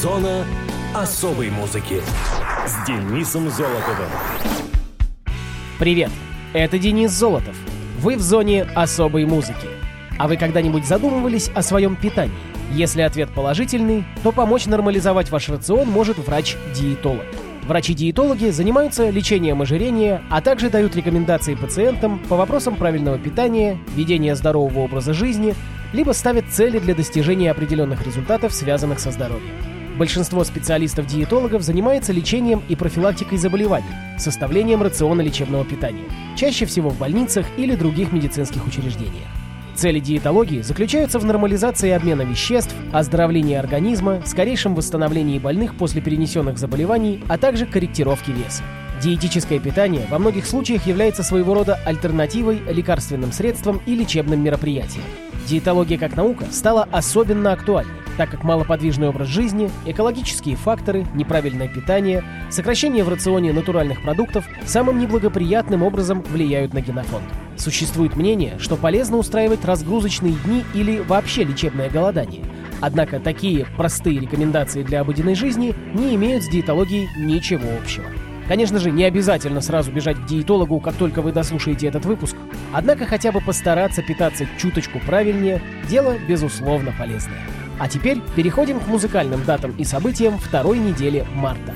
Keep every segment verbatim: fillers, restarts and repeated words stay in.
Зона особой музыки с Денисом Золотовым. Привет, это Денис Золотов. Вы в зоне особой музыки. А вы когда-нибудь задумывались о своем питании? Если ответ положительный, то помочь нормализовать ваш рацион может врач-диетолог. Врачи-диетологи занимаются лечением ожирения, а также дают рекомендации пациентам по вопросам правильного питания, ведения здорового образа жизни, либо ставят цели для достижения определенных результатов, связанных со здоровьем. Большинство специалистов-диетологов занимается лечением и профилактикой заболеваний, составлением рациона лечебного питания, чаще всего в больницах или других медицинских учреждениях. Цели диетологии заключаются в нормализации обмена веществ, оздоровлении организма, скорейшем восстановлении больных после перенесенных заболеваний, а также корректировке веса. Диетическое питание во многих случаях является своего рода альтернативой лекарственным средствам и лечебным мероприятиям. Диетология как наука стала особенно актуальной, так как малоподвижный образ жизни, экологические факторы, неправильное питание, сокращение в рационе натуральных продуктов самым неблагоприятным образом влияют на генофонд. Существует мнение, что полезно устраивать разгрузочные дни или вообще лечебное голодание. Однако такие простые рекомендации для обыденной жизни не имеют с диетологией ничего общего. Конечно же, не обязательно сразу бежать к диетологу, как только вы дослушаете этот выпуск. Однако хотя бы постараться питаться чуточку правильнее – дело, безусловно, полезное. А теперь переходим к музыкальным датам и событиям второй недели марта.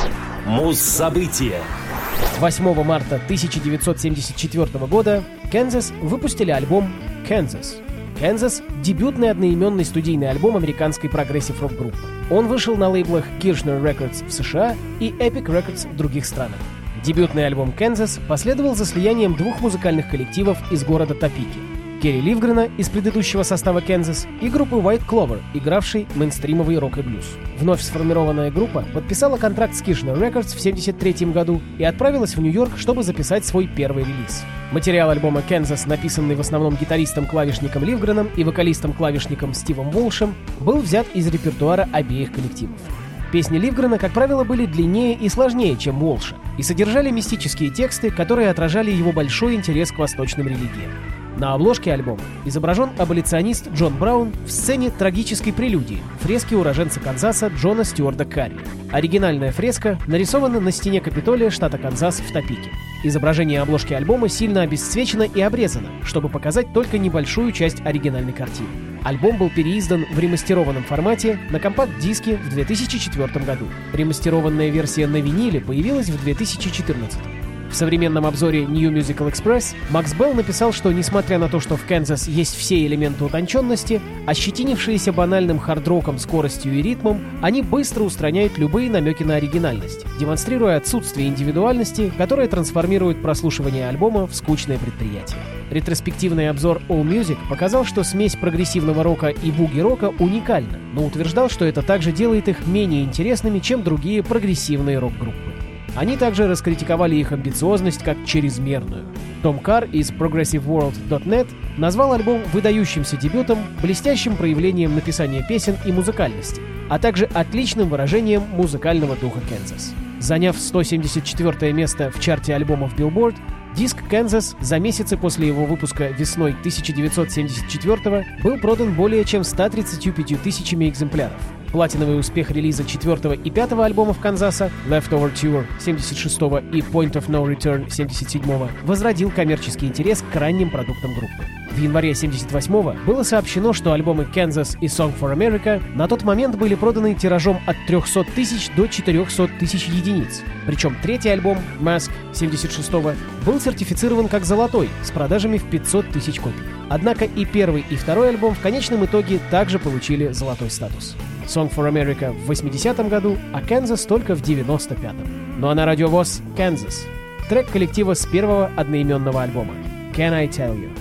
Муз-события. восьмого марта тысяча девятьсот семьдесят четвёртого года Kansas выпустили альбом «Kansas». «Kansas» — дебютный одноименный студийный альбом американской прогрессив-рок-группы. Он вышел на лейблах Kirshner Records в США и Epic Records в других странах. Дебютный альбом «Kansas» последовал за слиянием двух музыкальных коллективов из города Топеки — Керри Ливгрена из предыдущего состава Kansas и группы White Clover, игравшей мейнстримовый рок и блюз. Вновь сформированная группа подписала контракт с Kirshner Records в семьдесят третьем году и отправилась в Нью-Йорк, чтобы записать свой первый релиз. Материал альбома Kansas, написанный в основном гитаристом-клавишником Ливгреном и вокалистом-клавишником Стивом Волшем, был взят из репертуара обеих коллективов. Песни Ливгрена, как правило, были длиннее и сложнее, чем Волша, и содержали мистические тексты, которые отражали его большой интерес к восточным религиям. На обложке альбома изображен аболиционист Джон Браун в сцене трагической прелюдии, фрески уроженца Канзаса Джона Стюарта Карри. Оригинальная фреска нарисована на стене Капитолия штата Канзас в Топеке. Изображение обложки альбома сильно обесцвечено и обрезано, чтобы показать только небольшую часть оригинальной картины. Альбом был переиздан в ремастерованном формате на компакт-диске в две тысячи четвёртом году. Ремастерованная версия на виниле появилась в две тысячи четырнадцатом. В современном обзоре New Musical Express Макс Белл написал, что несмотря на то, что в Kansas есть все элементы утонченности, ощетинившиеся банальным хард-роком, скоростью и ритмом, они быстро устраняют любые намеки на оригинальность, демонстрируя отсутствие индивидуальности, которая трансформирует прослушивание альбома в скучное предприятие. Ретроспективный обзор AllMusic показал, что смесь прогрессивного рока и буги-рока уникальна, но утверждал, что это также делает их менее интересными, чем другие прогрессивные рок-группы. Они также раскритиковали их амбициозность как чрезмерную. Том Карр из прогрессив ворлд точка нет назвал альбом выдающимся дебютом, блестящим проявлением написания песен и музыкальности, а также отличным выражением музыкального духа Kansas. Заняв сто семьдесят четвёртое место в чарте альбомов Billboard, диск Kansas за месяцы после его выпуска весной тысяча девятьсот семьдесят четвёртого был продан более чем ста тридцатью пятью тысячами экземпляров. Платиновый успех релиза четвертого и пятого альбомов Канзаса Leftover Tour семьдесят шестого и Point of No Return семьдесят седьмого возродил коммерческий интерес к ранним продуктам группы. В январе семьдесят восьмого было сообщено, что альбомы Kansas и Song for America на тот момент были проданы тиражом от трехсот тысяч до четырехсот тысяч единиц. Причем третий альбом Mask семьдесят шестого был сертифицирован как золотой с продажами в пятьсот тысяч копий. Однако и первый, и второй альбом в конечном итоге также получили золотой статус. Song for America в восьмидесятом году, а Kansas только в девяносто пятом. Ну а на радиовоз Kansas. Трек коллектива с первого одноименного альбома Can I Tell You?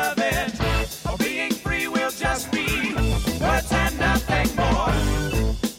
Just be words and nothing more.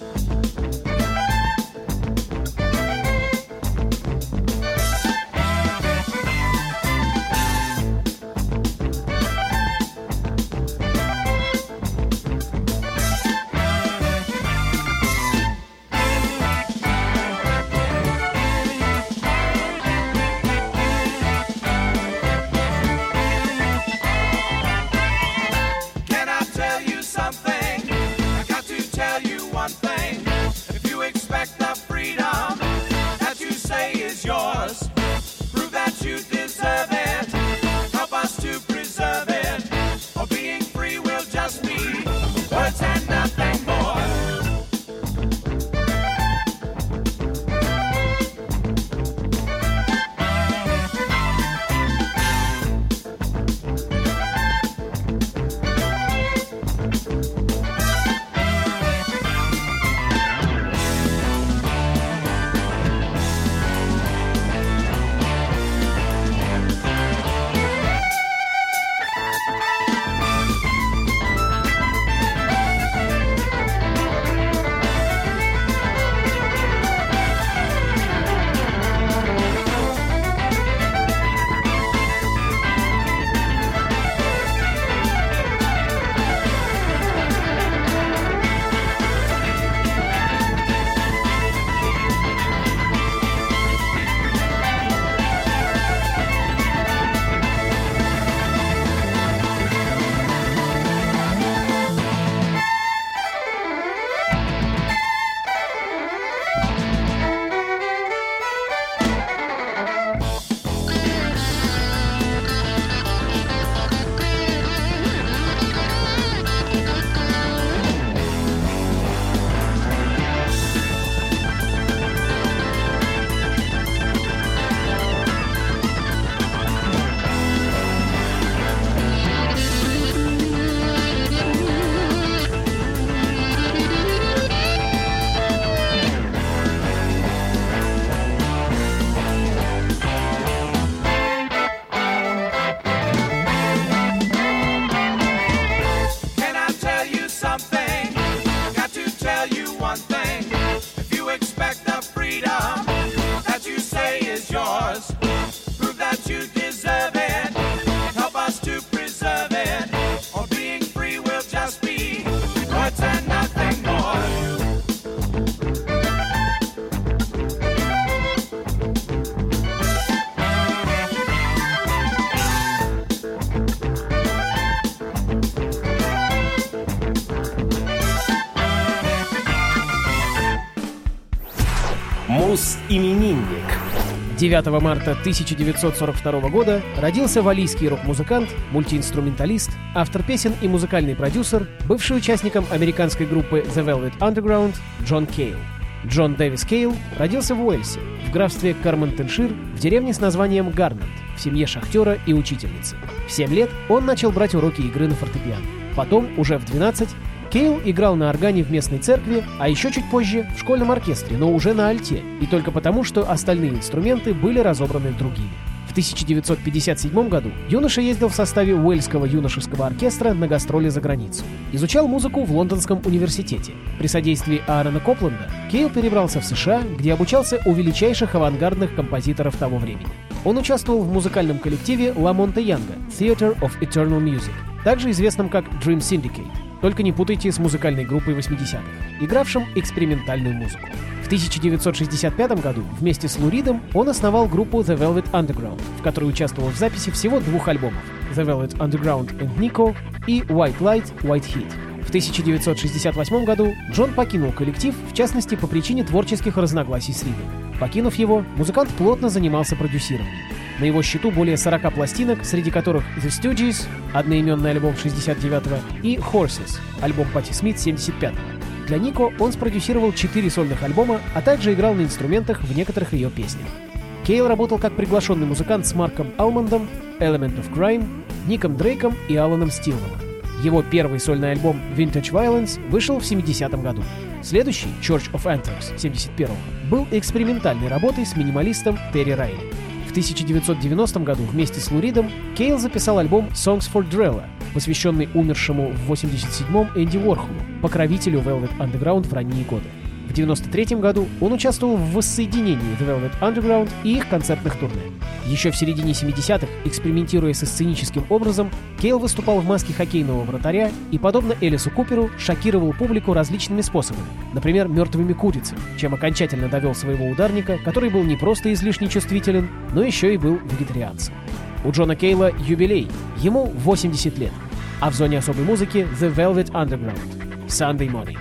Муз-именинник. девятого марта тысяча девятьсот сорок второго года родился валлийский рок-музыкант, мультиинструменталист, автор песен и музыкальный продюсер, бывший участником американской группы The Velvet Underground Джон Кейл. Джон Дэвис Кейл родился в Уэльсе, в графстве Кармантеншир, в деревне с названием Гарнет, в семье шахтера и учительницы. В семь лет он начал брать уроки игры на фортепиано. Потом, уже в двенадцать, Кейл играл на органе в местной церкви, а еще чуть позже в школьном оркестре, но уже на альте, и только потому, что остальные инструменты были разобраны другими. В тысяча девятьсот пятьдесят седьмом году юноша ездил в составе Уэльского юношеского оркестра на гастроли за границу. Изучал музыку в Лондонском университете. При содействии Аарона Копленда Кейл перебрался в США, где обучался у величайших авангардных композиторов того времени. Он участвовал в музыкальном коллективе Ламонта Янга Theatre of Eternal Music, также известном как Dream Syndicate. Только не путайте с музыкальной группой восьмидесятых, игравшим экспериментальную музыку. В тысяча девятьсот шестьдесят пятом году вместе с Лу Ридом он основал группу The Velvet Underground, в которой участвовал в записи всего двух альбомов The Velvet Underground and Nico и White Light, White Heat. В тысяча девятьсот шестьдесят восьмом году Джон покинул коллектив, в частности по причине творческих разногласий с Ридом. Покинув его, музыкант плотно занимался продюсированием. На его счету более сорока пластинок, среди которых The Stooges, одноименный альбом шестьдесят девятого, и Horses, альбом Патти Смит семьдесят пятого. Для Нико он спродюсировал четыре сольных альбома, а также играл на инструментах в некоторых ее песнях. Кейл работал как приглашенный музыкант с Марком Алмондом, Element of Crime, Ником Дрейком и Аланом Стилманом. Его первый сольный альбом Vintage Violence вышел в семидесятом году. Следующий, Church of Anthems семьдесят первого, был экспериментальной работой с минималистом Терри Райли. В тысяча девятьсот девяностом году вместе с Лу Ридом Кейл записал альбом Songs for Drella, посвященный умершему в восемьдесят седьмом Энди Уорхолу, покровителю Velvet Underground в ранние годы. В девяносто третьем году он участвовал в воссоединении The Velvet Underground и их концертных турне. Еще в середине семидесятых, экспериментируя со сценическим образом, Кейл выступал в маске хоккейного вратаря и, подобно Элису Куперу, шокировал публику различными способами, например, мертвыми курицами, чем окончательно довел своего ударника, который был не просто излишне чувствителен, но еще и был вегетарианцем. У Джона Кейла юбилей, ему восемьдесят лет, а в зоне особой музыки The Velvet Underground, Sunday Morning.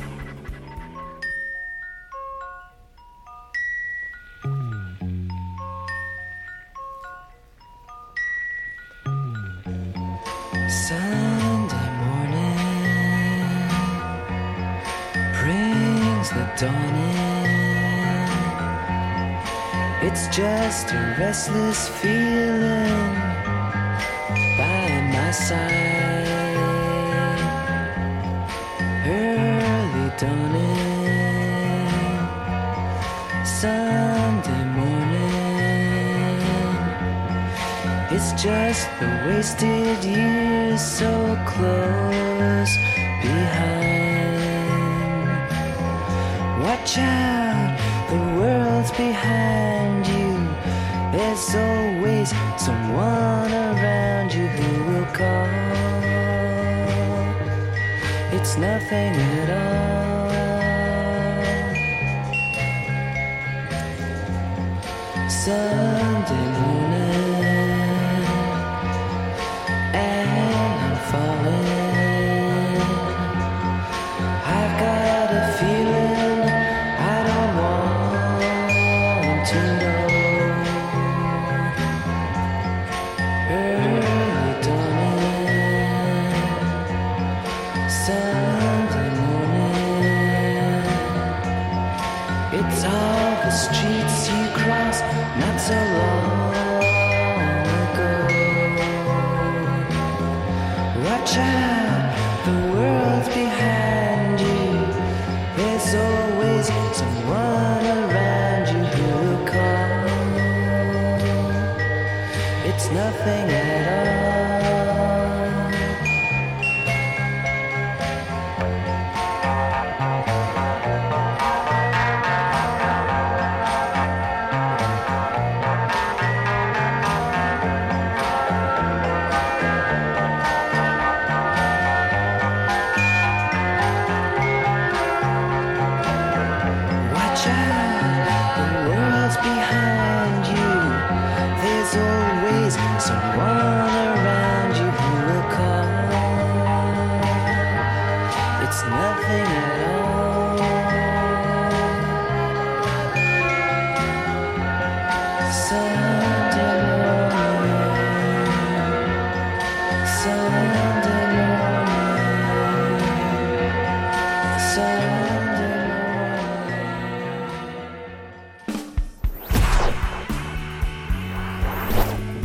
Sunday morning brings the dawn in. It's just a restless feeling by my side. Early dawning, Sunday morning. It's just the wasted years so close behind. Watch out, the world's behind you. There's always someone around you who will call. It's nothing at all. Sunday morning, and I'm falling. I've got a feeling I don't want to know. Early dawning, Sunday morning. It's all the streets you cross not so long ago. Watch out, the world's behind you. There's always someone around you who will call. It's nothing at all. Watch out, the world's behind you. There's always someone around.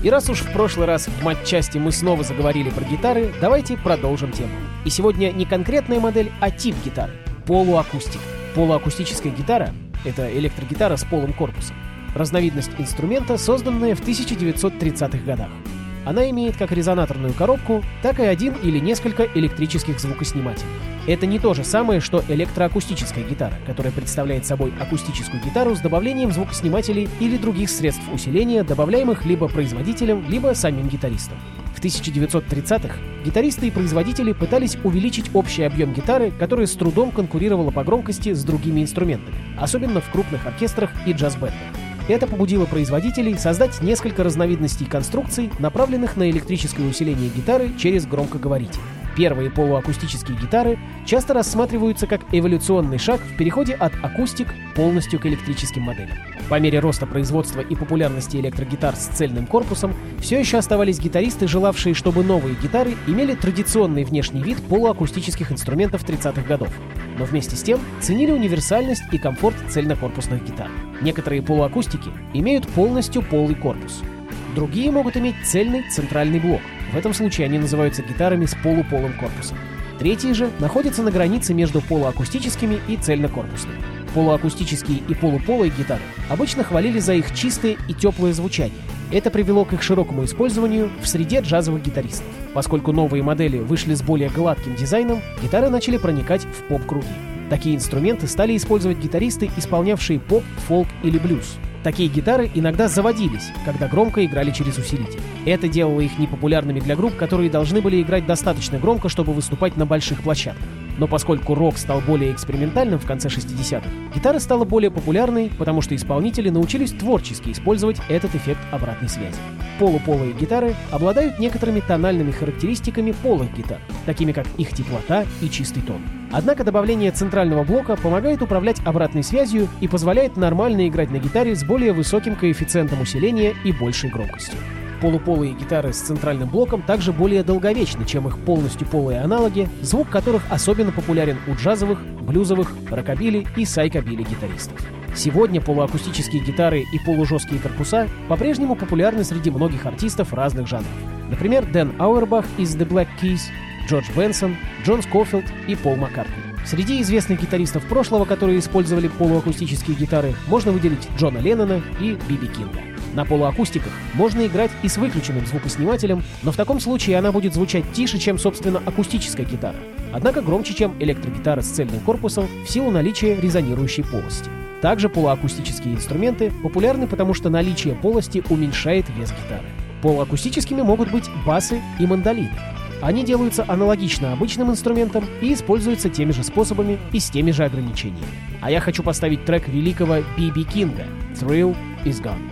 И раз уж в прошлый раз в матчасти мы снова заговорили про гитары, давайте продолжим тему. И сегодня не конкретная модель, а тип гитары — полуакустик. Полуакустическая гитара — это электрогитара с полым корпусом. Разновидность инструмента, созданная в тысяча девятьсот тридцатых годах. Она имеет как резонаторную коробку, так и один или несколько электрических звукоснимателей. Это не то же самое, что электроакустическая гитара, которая представляет собой акустическую гитару с добавлением звукоснимателей или других средств усиления, добавляемых либо производителем, либо самим гитаристом. В тысяча девятьсот тридцатых гитаристы и производители пытались увеличить общий объем гитары, которая с трудом конкурировала по громкости с другими инструментами, особенно в крупных оркестрах и джаз-бэндах. Это побудило производителей создать несколько разновидностей конструкций, направленных на электрическое усиление гитары через громкоговоритель. Первые полуакустические гитары часто рассматриваются как эволюционный шаг в переходе от акустик полностью к электрическим моделям. По мере роста производства и популярности электрогитар с цельным корпусом все еще оставались гитаристы, желавшие, чтобы новые гитары имели традиционный внешний вид полуакустических инструментов тридцатых годов, но вместе с тем ценили универсальность и комфорт цельнокорпусных гитар. Некоторые полуакустики имеют полностью полый корпус. Другие могут иметь цельный центральный блок. В этом случае они называются гитарами с полуполым корпусом. Третьи же находятся на границе между полуакустическими и цельнокорпусными. Полуакустические и полуполые гитары обычно хвалили за их чистое и теплое звучание. Это привело к их широкому использованию в среде джазовых гитаристов. Поскольку новые модели вышли с более гладким дизайном, гитары начали проникать в поп-круги. Такие инструменты стали использовать гитаристы, исполнявшие поп, фолк или блюз. Такие гитары иногда заводились, когда громко играли через усилитель. Это делало их непопулярными для групп, которые должны были играть достаточно громко, чтобы выступать на больших площадках. Но поскольку рок стал более экспериментальным в конце шестидесятых, гитара стала более популярной, потому что исполнители научились творчески использовать этот эффект обратной связи. Полуполые гитары обладают некоторыми тональными характеристиками полых гитар, такими как их теплота и чистый тон. Однако добавление центрального блока помогает управлять обратной связью и позволяет нормально играть на гитаре с более высоким коэффициентом усиления и большей громкостью. Полуполые гитары с центральным блоком также более долговечны, чем их полностью полые аналоги, звук которых особенно популярен у джазовых, блюзовых, рокобили и сайкобили гитаристов. Сегодня полуакустические гитары и полужесткие корпуса по-прежнему популярны среди многих артистов разных жанров. Например, Дэн Ауэрбах из The Black Keys, Джордж Бенсон, Джон Скофилд и Пол Маккартни. Среди известных гитаристов прошлого, которые использовали полуакустические гитары, можно выделить Джона Леннона и Би Би Кинга. На полуакустиках можно играть и с выключенным звукоснимателем, но в таком случае она будет звучать тише, чем, собственно, акустическая гитара, однако громче, чем электрогитара с цельным корпусом в силу наличия резонирующей полости. Также полуакустические инструменты популярны, потому что наличие полости уменьшает вес гитары. Полуакустическими могут быть басы и мандолины. Они делаются аналогично обычным инструментам и используются теми же способами и с теми же ограничениями. А я хочу поставить трек великого Би Би Кинга «Thrill is Gone».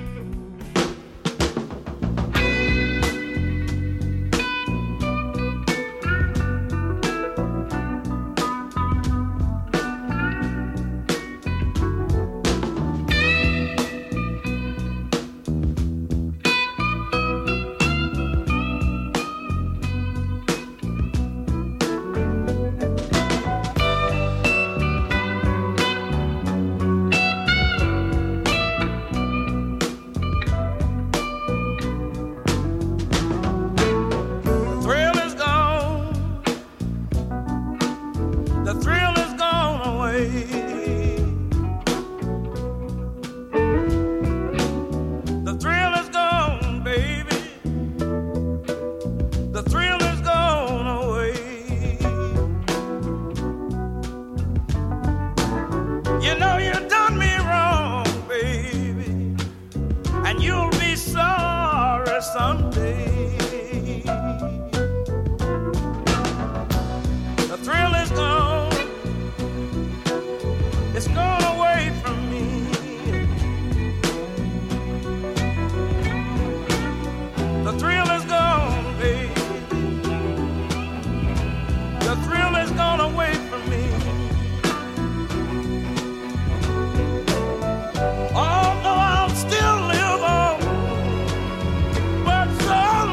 Although I'll still live on, but some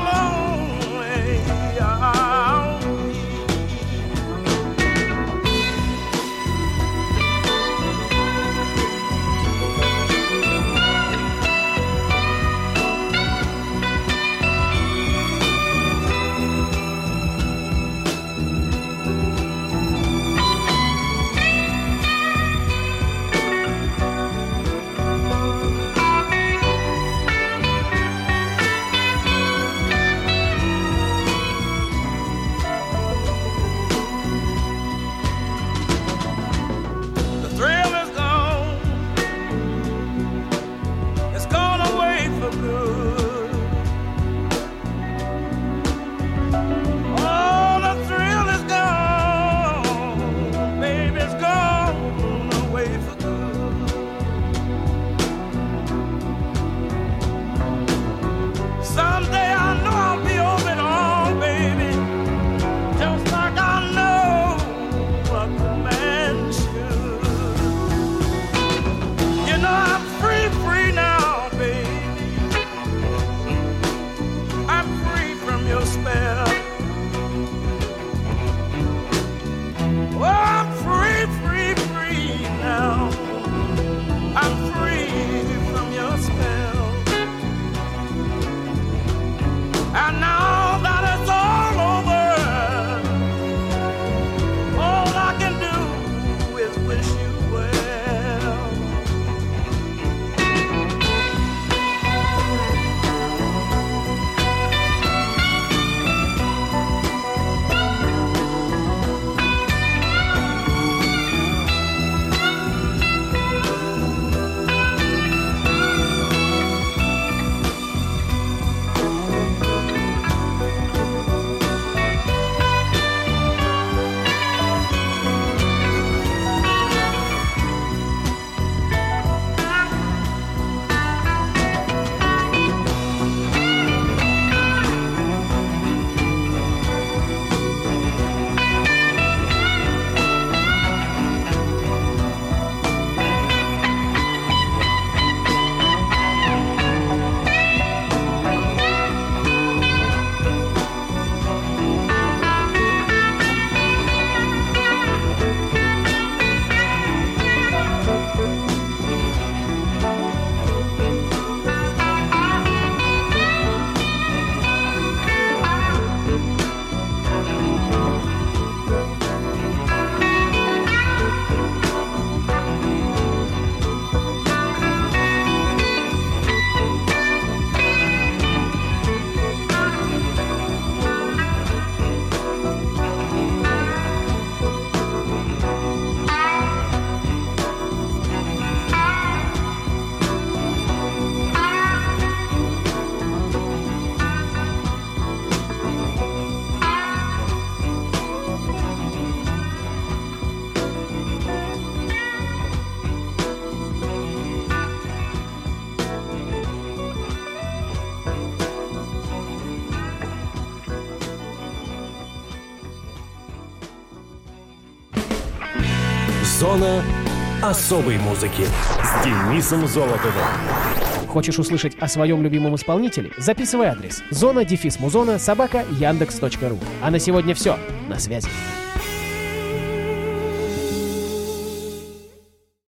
Зона особой музыки с Денисом Золотовым. Хочешь услышать о своем любимом исполнителе? Записывай адрес: зона дефис музона собака яндекс точка ру. А на сегодня все. На связи.